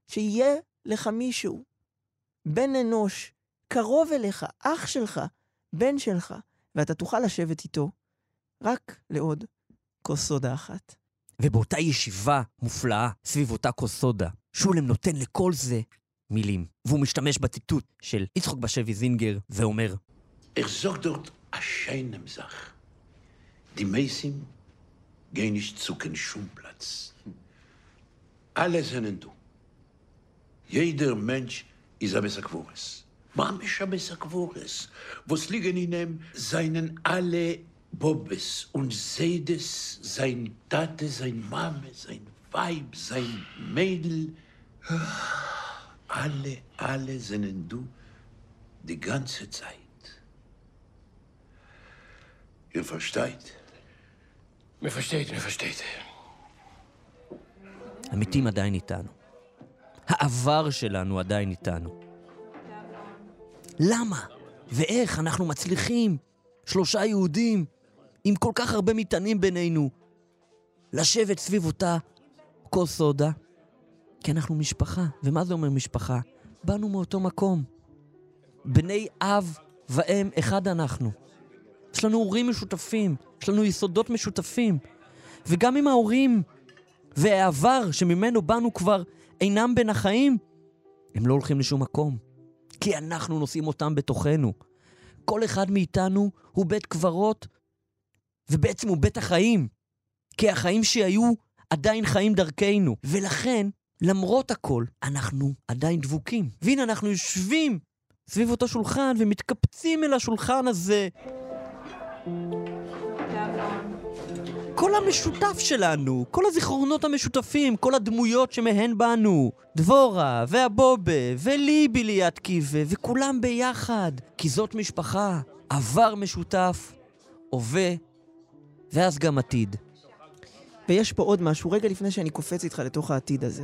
שיהיה לך מישהו, בן אנוש, קרוב אליך, אח שלך, בן שלך, ואתה תוכל לשבת איתו רק לעוד כוס סודה אחת. ובאותה ישיבה מופלאה סביב אותה כוס סודה, שולם נותן לכל זה מילים. והוא משתמש בציטוט של יצחק בשבי זינגר ואומר, Ich sag dort a scheinem Sach. Die Meisim gehen nicht zu kein Schumplatz. Alle sind du. Jeder Mensch ist a Besakvores. Mamisch a Besakvores. Was liegen in ihm seinen alle Bobes und Seides, sein Tate, sein Mame, sein Weib, sein Mädel. Alle, alle sind du die ganze Zeit. Ihr versteht? Mir versteht, mir versteht. המתים עדיין איתנו. העבר שלנו עדיין איתנו. למה? ואיך אנחנו מצליחים, שלושה יהודים, עם כל כך הרבה מטענים בינינו, לשבת סביב אותה כוס סודה? כי אנחנו משפחה. ומה זה אומר משפחה? באנו מאותו מקום. בני אב ואם אחד אנחנו. יש לנו הורים משותפים, יש לנו יסודות משותפים. וגם עם ההורים והעבר שממנו באנו כבר אינם בין החיים, הם לא הולכים לשום מקום. כי אנחנו נושאים אותם בתוכנו. כל אחד מאיתנו הוא בית קברות, ובעצם הוא בית החיים. כי החיים שהיו עדיין חיים דרכנו. ולכן, למרות הכל, אנחנו עדיין דבוקים. והנה אנחנו יושבים סביב אותו שולחן ומתקפצים אל השולחן הזה. כל המשותף שלנו, כל הזיכרונות המשותפים, כל הדמויות שמהן בנו, דבורה והבובה וליבי ליד קיבה, וכולם ביחד, כי זאת משפחה, עבר משותף, הווה, ואז גם עתיד. ויש פה עוד משהו, רגע לפני שאני קופץ איתך לתוך העתיד הזה,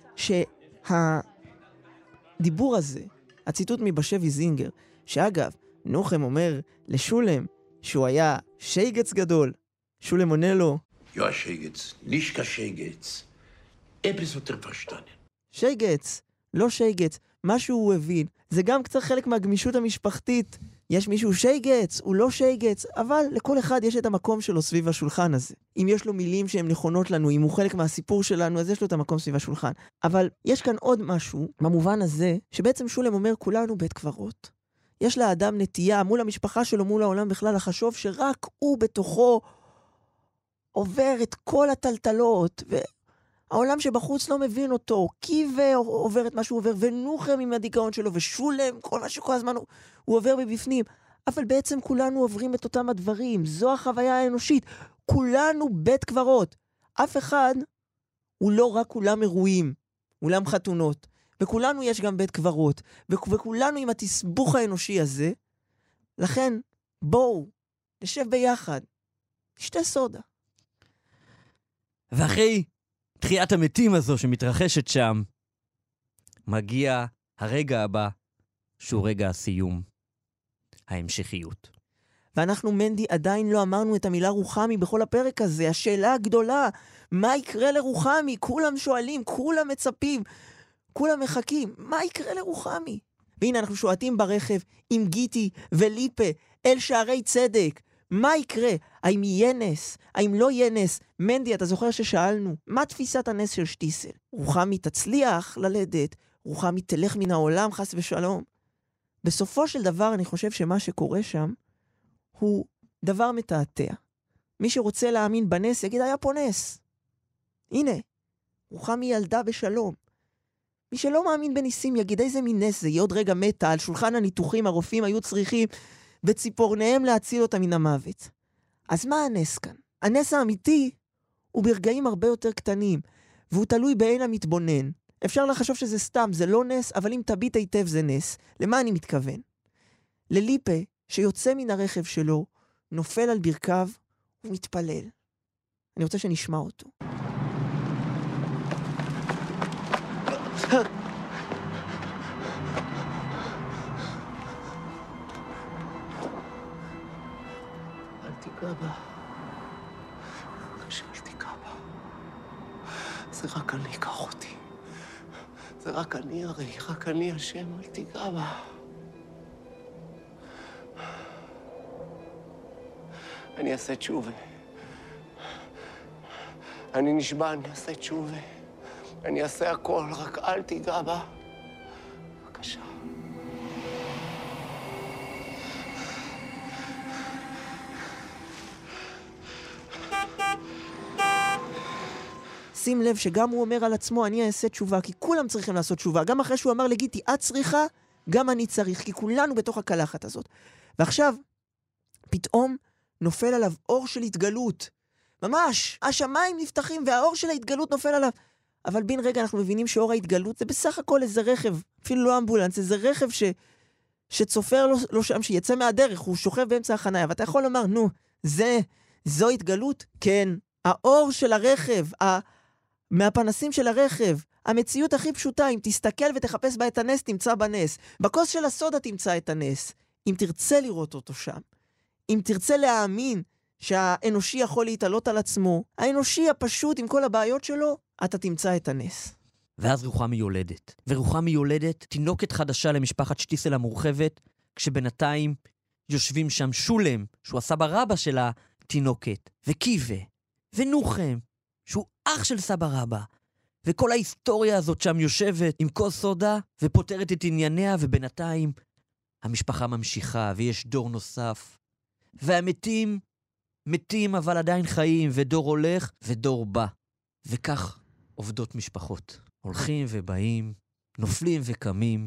שהדיבור הזה, הציטוט מבשבי זינגר, שאגב, נוחם אומר לשולם שהוא היה שייגץ גדול, שולם עונה לו, Ja, Schegitz, nicht ka Schegitz. Etwas hat er verstanden. שייגץ, לא שייגץ, משהו הוא הבין. זה גם קצת חלק מהגמישות המשפחתית. יש מישהו שייגץ, הוא לא שייגץ, אבל לכל אחד יש את המקום שלו סביב השולחן הזה. אם יש לו מילים שהן נכונות לנו, אם הוא חלק מהסיפור שלנו, אז יש לו את המקום סביב השולחן. אבל יש כאן עוד משהו, במובן הזה, שבעצם שולם אומר, כולנו בית קברות. יש לאדם נטייה מול המשפחה שלו, מול העולם בכלל, לחשוב שרק הוא בתוכו עובר את כל הטלטלות, והעולם שבחוץ לא מבין אותו, קיבה עובר את מה שהוא עובר, ונוחם עם הדיכאון שלו, ושולם, כל מה שכל הזמן הוא, הוא עובר מבפנים. אבל בעצם כולנו עוברים את אותם הדברים, זו החוויה האנושית, כולנו בית קברות. אף אחד הוא לא רק אולם אירועים, אולם חתונות, וכולנו יש גם בית קברות, וכולנו עם התסבוך האנושי הזה. לכן, בואו, נשב ביחד, נשתה סודה. ואחרי תחיית המתים הזו שמתרחשת שם, מגיע הרגע הבא, שהוא רגע הסיום, ההמשכיות. ואנחנו, מנדי, עדיין לא אמרנו את המילה רוחמי בכל הפרק הזה. השאלה הגדולה, מה יקרה לרוחמי? כולם שואלים, כולם מצפים, כולם מחכים, מה יקרה לרוחמי? והנה אנחנו שואטים ברכב עם גיטי וליפה אל שערי צדק. מה יקרה? האם יהיה נס? האם לא יהיה נס? מנדי, אתה זוכר ששאלנו, מה תפיסת הנס של שטיסל? רוחמי תצליח ללדת, רוחמי תלך מן העולם חס ושלום. בסופו של דבר אני חושב שמה שקורה שם הוא דבר מתעתע. מי שרוצה להאמין בנס יגיד, היה פה נס. הנה, רוחמי ילדה בשלום. מי שלא מאמין בניסים יגיד, איזה מין נס זה? היא עוד רגע מתה, על שולחן הניתוחים הרופאים היו צריכים בציפורניהם להציל אותה מן המוות. אז מה הנס כאן? הנס האמיתי הוא ברגעים הרבה יותר קטנים, והוא תלוי בעין המתבונן. אפשר לחשוב שזה סתם, זה לא נס, אבל אם תביט היטב זה נס. למה אני מתכוון? לליפה שיוצא מן הרכב שלו, נופל על ברכיו ומתפלל. אני רוצה שנשמע אותו. אל תיגע בה. אל תיגע בה. זה רק אני, קח אותי. זה רק אני הרי, רק אני השם, אל תיגע בה. אני אעשה תשובה. אני נשבע, אני אעשה תשובה. אני אעשה הכל, רק אל תיגע בה. בבקשה. שים לב שגם הוא אומר על עצמו, אני אעשה תשובה, כי כולם צריכים לעשות תשובה. גם אחרי שהוא אמר לגיטי, את צריכה, גם אני צריך, כי כולנו בתוך הקלחת הזאת. ועכשיו, פתאום נופל עליו אור של התגלות. ממש, השמיים נפתחים והאור של ההתגלות נופל עליו. אבל בין רגע אנחנו מבינים שאור ההתגלות זה בסך הכל איזה רכב, אפילו לא אמבולנס, איזה רכב ש... שצופר לו, לו שם, שיצא מהדרך, הוא שוכב באמצע החניה, ואתה יכול לומר, נו, זה, זו התגלות? כן. האור של הרכב, ה... מהפנסים של הרכב, המציאות הכי פשוטה, אם תסתכל ותחפש בה את הנס, תמצא בנס. בכוס של הסודה תמצא את הנס. אם תרצה לראות אותו שם, אם תרצה להאמין שהאנושי יכול להתעלות על עצמו, האנושי הפשוט עם כל הבעיות שלו, אתה תמצא את הנס. ואז רוחמי יולדת. ורוחמי יולדת תינוקת חדשה למשפחת שטיסל המורחבת, כשבינתיים יושבים שם שולם, שהוא הסבא רבא של התינוקת, וקיבה, ונוחם, שהוא אח של סבא רבא. וכל ההיסטוריה הזאת שם יושבת עם כוס סודה, ופותרת את ענייניה, ובינתיים המשפחה ממשיכה, ויש דור נוסף. והמתים, מתים אבל עדיין חיים, ודור הולך ודור בא. וכך עובדות משפחות. הולכים ובאים, נופלים וקמים,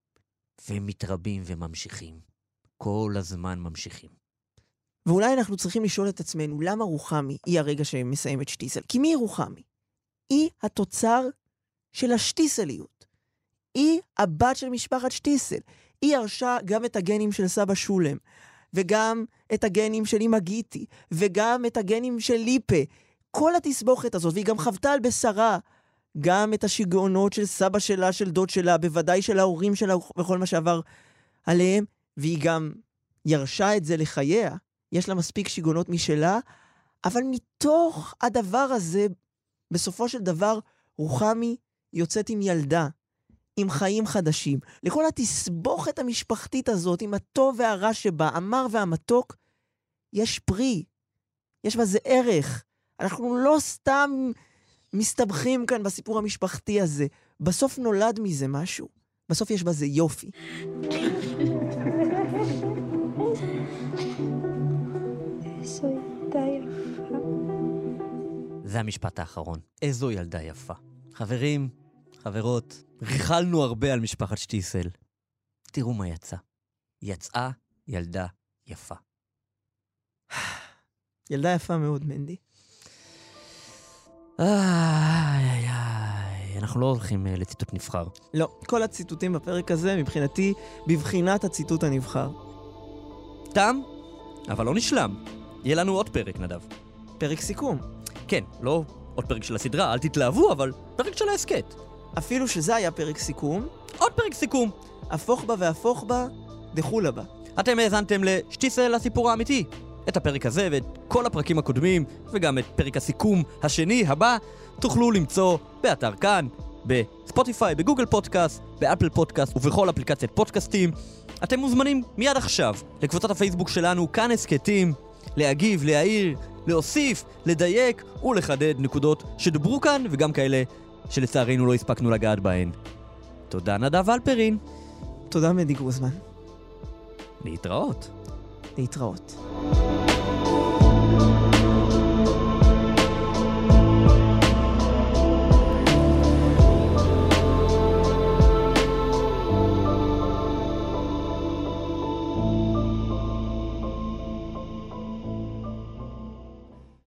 ומתרבים וממשיכים. כל הזמן ממשיכים. ואולי אנחנו צריכים לשאול את עצמנו, למה רוחמי היא הרגע שמסיים את שטיסל? כי מי היא רוחמי? היא התוצר של השטיסליות. היא הבת של משפחת שטיסל. היא הרשה גם את הגנים של סבא שולם, וגם את הגנים של אמא גיטי, וגם את הגנים של ליפה. כל התסבוכת הזאת, והיא גם חוותה על בשרה, גם את השיגעונות של סבא שלה, של דוד שלה, בוודאי של ההורים שלה וכל מה שעבר עליהם, והיא גם ירשה את זה לחייה. יש לה מספיק שיגעונות משלה, אבל מתוך הדבר הזה, בסופו של דבר, רוחמי יוצאת עם ילדה, עם חיים חדשים. לכל התסבוכת המשפחתית הזאת, עם הטוב והרע שבה, המר והמתוק, יש פרי. יש בזה ערך. אנחנו לא סתם מסתבכים כאן בסיפור המשפחתי הזה. בסוף נולד מזה משהו. בסוף יש בזה יופי. איזו ילדה יפה. זה המשפט האחרון. איזו ילדה יפה. חברים, חברות, ריחלנו הרבה על משפחת שטיסל. תראו מה יצא. יצאה ילדה יפה. ילדה יפה מאוד, מנדי. איי, איי, איי. אנחנו לא הולכים uh, לציטוט נבחר. לא, כל הציטוטים בפרק הזה, מבחינתי, בבחינת הציטוט הנבחר. תם, אבל לא נשלם. יהיה לנו עוד פרק, נדב. פרק סיכום. כן, לא עוד פרק של הסדרה, אל תתלהבו, אבל פרק של ההסקט. אפילו שזה היה פרק סיכום, עוד פרק סיכום. הפוך בה והפוך בה, דחולה בה. אתם האזנתם לשטיסל הסיפור האמיתי. את הפרק הזה ואת כל הפרקים הקודמים, וגם את פרק הסיכום השני הבא, תוכלו למצוא באתר כאן, בספוטיפיי, בגוגל פודקאסט, באפל פודקאסט ובכל אפליקציית פודקאסטים. אתם מוזמנים מיד עכשיו לקבוצת הפייסבוק שלנו, כאן הסקטים, להגיב, להעיר, להוסיף, לדייק ולחדד נקודות שדוברו כאן, וגם כאלה שלצערנו לא הספקנו לגעת בהן. תודה נדב אלפרין. תודה מדי גרוזמן. להתראות. להתראות.